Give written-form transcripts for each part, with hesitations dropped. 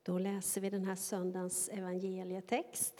Då läser vi den här söndagens evangelietext.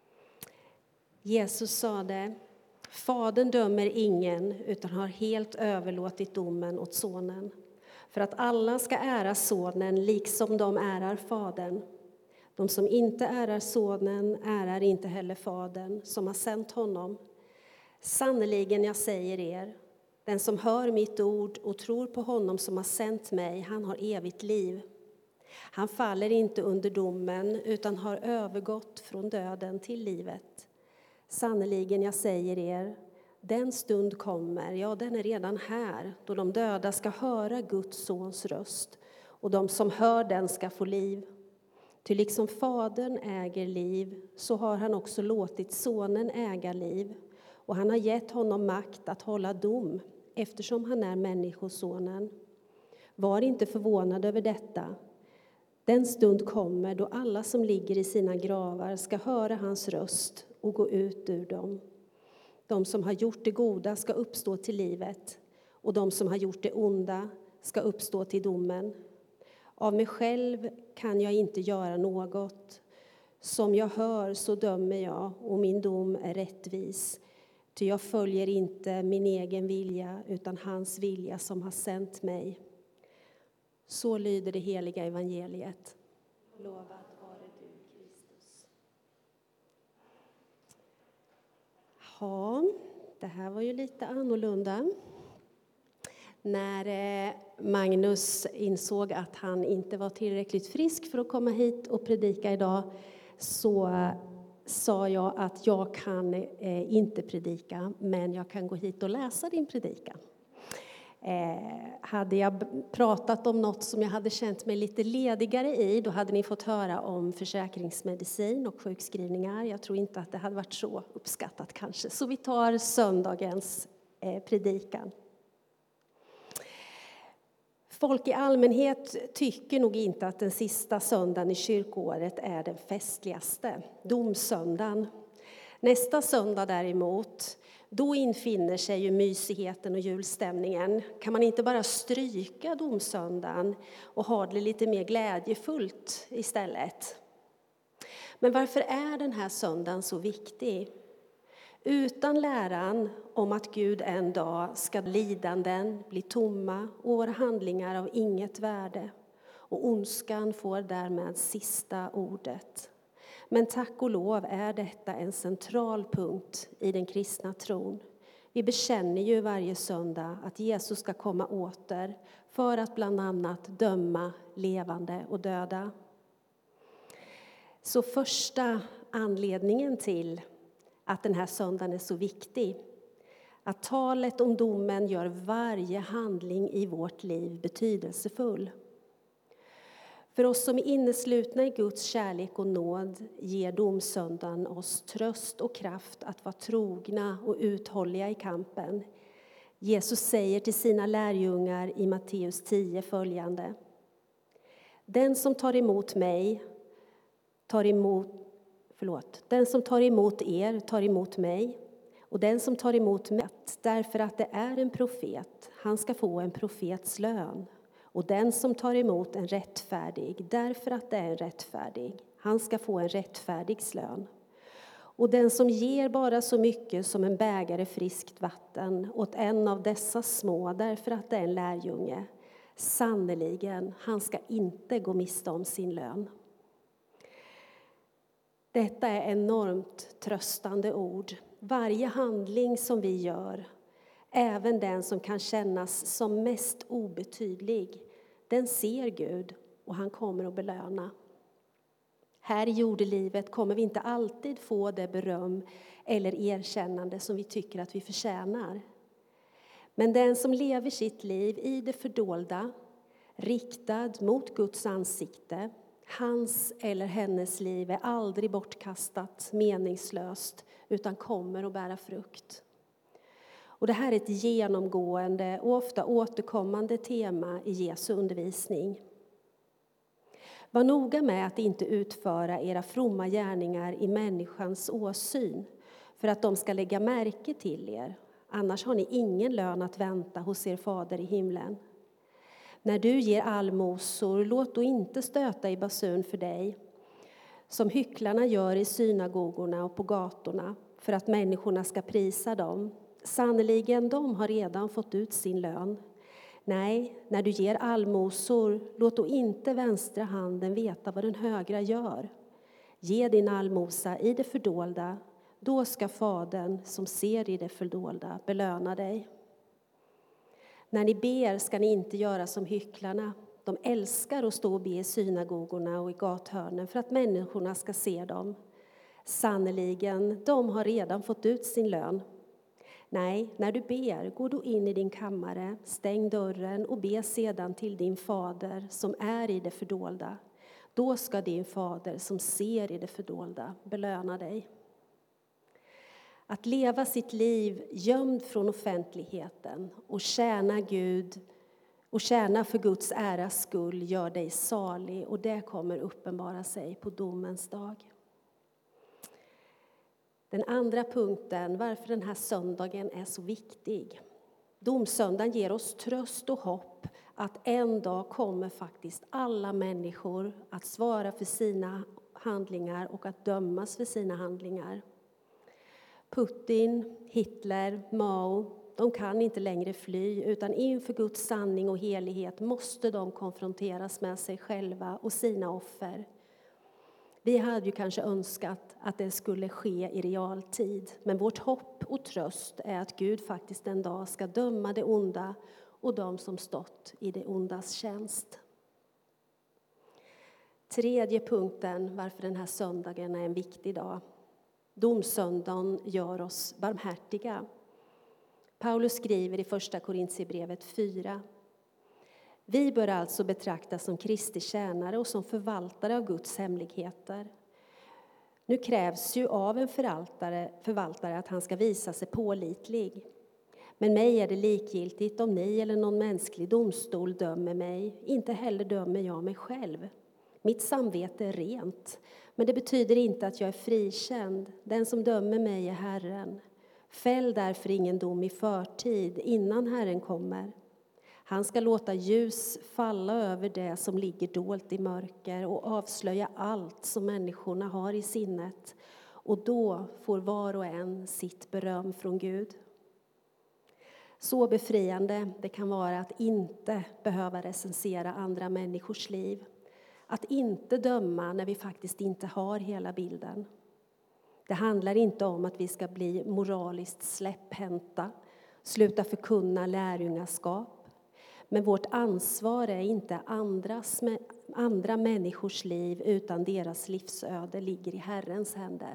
Jesus sade: Fadern dömer ingen utan har helt överlåtit domen åt sonen. För att alla ska ära sonen liksom de ärar fadern. De som inte ärar sonen ärar inte heller fadern som har sänt honom. Sannerligen, jag säger er, den som hör mitt ord och tror på honom som har sänt mig, han har evigt liv. Han faller inte under domen utan har övergått från döden till livet. Sannerligen, jag säger er, den stund kommer, ja den är redan här, då de döda ska höra Guds sons röst och de som hör den ska få liv. Ty liksom fadern äger liv så har han också låtit sonen äga liv och han har gett honom makt att hålla dom eftersom han är människosonen. Var inte förvånad över detta. Den stund kommer då alla som ligger i sina gravar ska höra hans röst och gå ut ur dem. De som har gjort det goda ska uppstå till livet och de som har gjort det onda ska uppstå till domen. Av mig själv kan jag inte göra något. Som jag hör så dömer jag och min dom är rättvis. Ty jag följer inte min egen vilja utan hans vilja som har sänt mig. Så lyder det heliga evangeliet. Lovad vare du, Kristus. Ja, det här var ju lite annorlunda. När Magnus insåg att han inte var tillräckligt frisk för att komma hit och predika idag, så sa jag att jag kan inte predika, men jag kan gå hit och läsa din predikan. Hade jag pratat om något som jag hade känt mig lite ledigare i, då hade ni fått höra om försäkringsmedicin och sjukskrivningar. Jag tror inte att det hade varit så uppskattat kanske. Så vi tar söndagens predikan. Folk i allmänhet tycker nog inte att den sista söndagen i kyrkoåret är den festligaste, domsöndagen. Nästa söndag däremot, då infinner sig ju mysigheten och julstämningen. Kan man inte bara stryka domsöndagen och ha det lite mer glädjefullt istället? Men varför är den här söndagen så viktig? Utan läran om att Gud en dag ska lidanden bli tomma och våra handlingar av inget värde. Och ondskan får därmed sista ordet. Men tack och lov är detta en central punkt i den kristna tron. Vi bekänner ju varje söndag att Jesus ska komma åter för att bland annat döma levande och döda. Så första anledningen till att den här söndagen är så viktig, att talet om domen gör varje handling i vårt liv betydelsefull. För oss som är inneslutna i Guds kärlek och nåd ger domsöndagen oss tröst och kraft att vara trogna och uthålliga i kampen. Jesus säger till sina lärjungar i Matteus 10 följande: Den som tar emot er tar emot mig, och den som tar emot mig därför att det är en profet, han ska få en profets lön. Och den som tar emot en rättfärdig, därför att det är en rättfärdig, han ska få en rättfärdigs lön. Och den som ger bara så mycket som en bägare friskt vatten åt en av dessa små, därför att det är en lärjunge, sannerligen, han ska inte gå miste om sin lön. Detta är enormt tröstande ord. Varje handling som vi gör, även den som kan kännas som mest obetydlig, den ser Gud och han kommer att belöna. Här i jordelivet kommer vi inte alltid få det beröm eller erkännande som vi tycker att vi förtjänar. Men den som lever sitt liv i det fördolda, riktad mot Guds ansikte, hans eller hennes liv är aldrig bortkastat, meningslöst, utan kommer att bära frukt. Och det här är ett genomgående och ofta återkommande tema i Jesu undervisning. Var noga med att inte utföra era fromma gärningar i människans åsyn för att de ska lägga märke till er. Annars har ni ingen lön att vänta hos er fader i himlen. När du ger allmosor, låt då inte stöta i basun för dig, som hycklarna gör i synagogorna och på gatorna, för att människorna ska prisa dem. Sannoliken, de har redan fått ut sin lön. Nej, när du ger allmosor, låt då inte vänstra handen veta vad den högra gör. Ge din allmosa i det fördolda, då ska Fadern som ser i det fördolda belöna dig. När ni ber ska ni inte göra som hycklarna. De älskar att stå och be i synagogorna och i gathörnen för att människorna ska se dem. Sannoliken, de har redan fått ut sin lön. Nej, när du ber, gå då in i din kammare, stäng dörren och be sedan till din fader som är i det fördolda. Då ska din fader som ser i det fördolda belöna dig. Att leva sitt liv gömd från offentligheten och tjäna Gud och tjäna för Guds äras skull gör dig salig, och det kommer uppenbara sig på domens dag. Den andra punkten, varför den här söndagen är så viktig. Domsöndagen ger oss tröst och hopp att en dag kommer faktiskt alla människor att svara för sina handlingar och att dömas för sina handlingar. Putin, Hitler, Mao, de kan inte längre fly, utan inför Guds sanning och helighet måste de konfronteras med sig själva och sina offer. Vi hade ju kanske önskat att det skulle ske i realtid, men vårt hopp och tröst är att Gud faktiskt en dag ska döma det onda och de som stått i det ondas tjänst. Tredje punkten, varför den här söndagen är en viktig dag. Domsöndagen gör oss barmhärtiga. Paulus skriver i första Korintierbrevet 4. Vi bör alltså betraktas som Kristi tjänare och som förvaltare av Guds hemligheter. Nu krävs ju av en förvaltare att han ska visa sig pålitlig. Men mig är det likgiltigt om ni eller någon mänsklig domstol dömer mig. Inte heller dömer jag mig själv. Mitt samvete är rent, men det betyder inte att jag är frikänd. Den som dömer mig är Herren. Fäll därför ingen dom i förtid innan Herren kommer. Han ska låta ljus falla över det som ligger dolt i mörker och avslöja allt som människorna har i sinnet. Och då får var och en sitt beröm från Gud. Så befriande det kan vara att inte behöva recensera andra människors liv. Att inte döma när vi faktiskt inte har hela bilden. Det handlar inte om att vi ska bli moraliskt släpphänta, sluta förkunna lärjungaskap. Men vårt ansvar är inte andra människors liv, utan deras livsöde ligger i Herrens händer.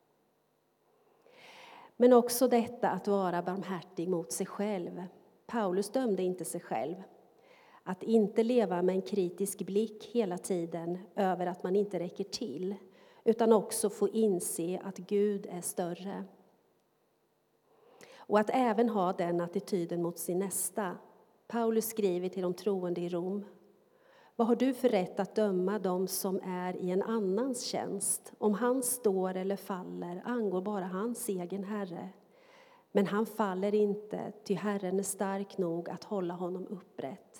Men också detta att vara barmhärtig mot sig själv. Paulus dömde inte sig själv. Att inte leva med en kritisk blick hela tiden över att man inte räcker till, utan också få inse att Gud är större. Och att även ha den attityden mot sin nästa. Paulus skriver till de troende i Rom. Vad har du för rätt att döma dem som är i en annans tjänst? Om han står eller faller angår bara hans egen Herre. Men han faller inte, ty Herren är stark nog att hålla honom upprätt.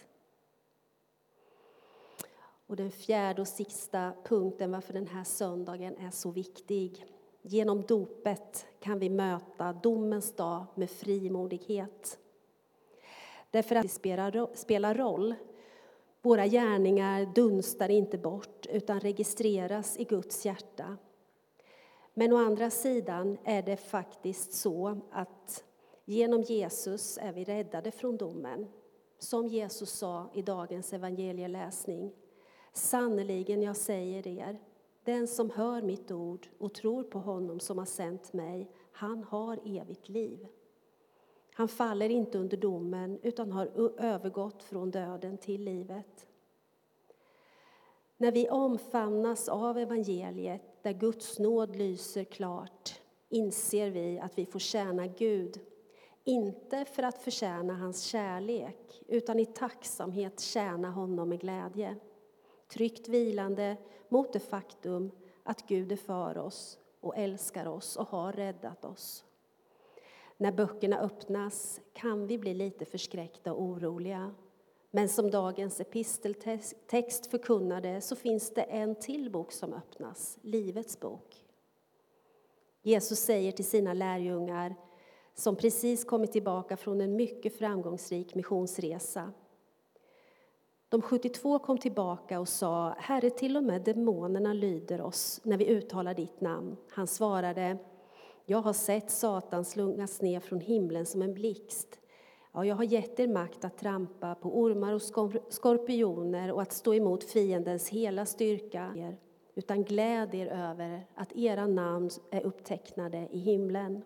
Och den fjärde och sista punkten varför den här söndagen är så viktig. Genom dopet kan vi möta domens dag med frimodighet. Därför att det spelar roll. Våra gärningar dunstar inte bort utan registreras i Guds hjärta. Men å andra sidan är det faktiskt så att genom Jesus är vi räddade från domen. Som Jesus sa i dagens evangelieläsning. Sannoliken jag säger er, den som hör mitt ord och tror på honom som har sänt mig, han har evigt liv. Han faller inte under domen utan har övergått från döden till livet. När vi omfamnas av evangeliet där Guds nåd lyser klart inser vi att vi får tjäna Gud. Inte för att förtjäna hans kärlek utan i tacksamhet tjäna honom med glädje. Tryggt vilande mot det faktum att Gud är för oss och älskar oss och har räddat oss. När böckerna öppnas kan vi bli lite förskräckta och oroliga. Men som dagens episteltext förkunnade så finns det en till bok som öppnas, Livets bok. Jesus säger till sina lärjungar som precis kommit tillbaka från en mycket framgångsrik missionsresa. De 72 kom tillbaka och sa: Herre, till och med demonerna lyder oss när vi uttalar ditt namn. Han svarade: Jag har sett Satan slungas ner från himlen som en blixt. Ja, jag har gett er makt att trampa på ormar och skorpioner och att stå emot fiendens hela styrka. Utan gläd er över att era namn är upptecknade i himlen.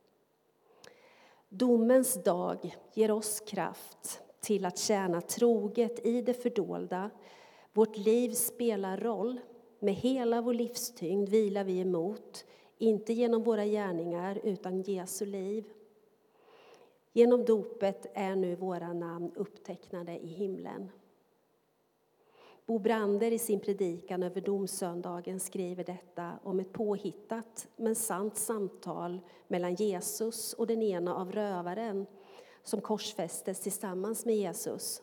Domens dag ger oss kraft till att tjäna troget i det fördolda. Vårt liv spelar roll. Med hela vår livstyngd vilar vi emot. Inte genom våra gärningar utan Jesu liv. Genom dopet är nu våra namn upptecknade i himlen. Bo Brander i sin predikan över domsöndagen skriver detta om ett påhittat men sant samtal mellan Jesus och den ena av rövaren som korsfästes tillsammans med Jesus.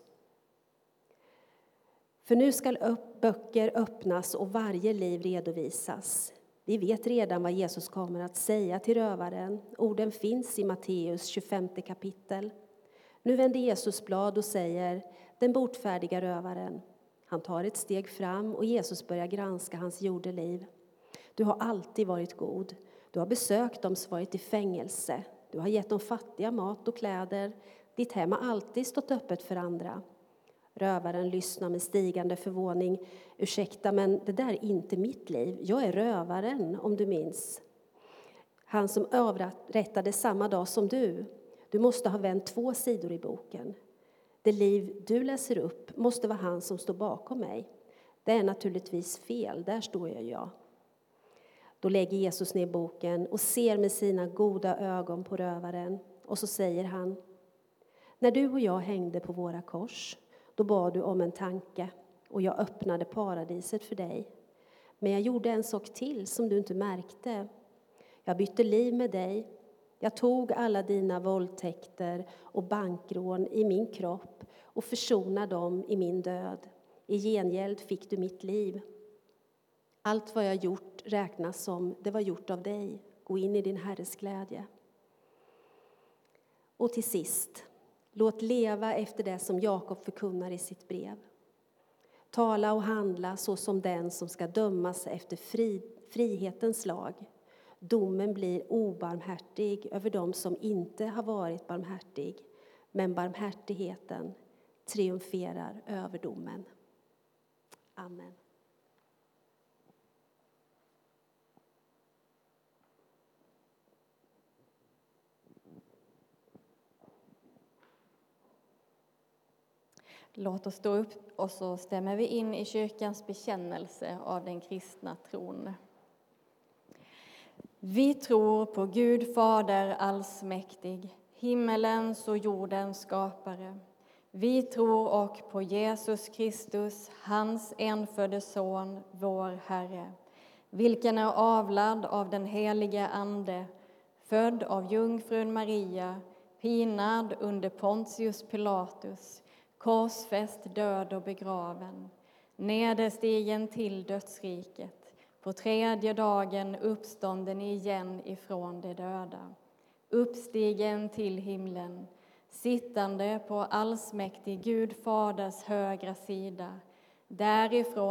För nu ska böcker öppnas och varje liv redovisas. Vi vet redan vad Jesus kommer att säga till rövaren. Orden finns i Matteus 25 kapitel. Nu vänder Jesus blad och säger: Den botfärdiga rövaren. Han tar ett steg fram och Jesus börjar granska hans jordeliv. Du har alltid varit god. Du har besökt dem som varit i fängelse. Du har gett dem fattiga mat och kläder. Ditt hem har alltid stått öppet för andra. Rövaren lyssnar med stigande förvåning. Ursäkta, men det där är inte mitt liv. Jag är rövaren, om du minns. Han som avrättade samma dag som du. Du måste ha vänt 2 sidor i boken. Det liv du läser upp måste vara han som står bakom mig. Det är naturligtvis fel, där står jag. Då lägger Jesus ner boken och ser med sina goda ögon på rövaren. Och så säger han: När du och jag hängde på våra kors, då bad du om en tanke och jag öppnade paradiset för dig. Men jag gjorde en sak till som du inte märkte. Jag bytte liv med dig. Jag tog alla dina våldtäkter och bankrån i min kropp och försonade dem i min död. I gengäld fick du mitt liv. Allt vad jag gjort räknas som det var gjort av dig. Gå in i din Herres glädje. Och till sist, låt leva efter det som Jakob förkunnar i sitt brev. Tala och handla så som den som ska dömas efter frihetens lag. Domen blir obarmhärtig över dem som inte har varit barmhärtig, men barmhärtigheten triumferar över domen. Amen. Låt oss stå upp och så stämmer vi in i kyrkans bekännelse av den kristna tron. Vi tror på Gud Fader allsmäktig, himmelens och jordens skapare. Vi tror och på Jesus Kristus, hans enfödde son, vår Herre, vilken är avlad av den helige Ande, född av jungfrun Maria, pinad under Pontius Pilatus, korsfäst, död och begraven, nederstigen till dödsriket, på 3:e dagen uppstånden igen ifrån de döda, uppstigen till himlen, sittande på allsmäktig Gud Faders högra sida, därifrån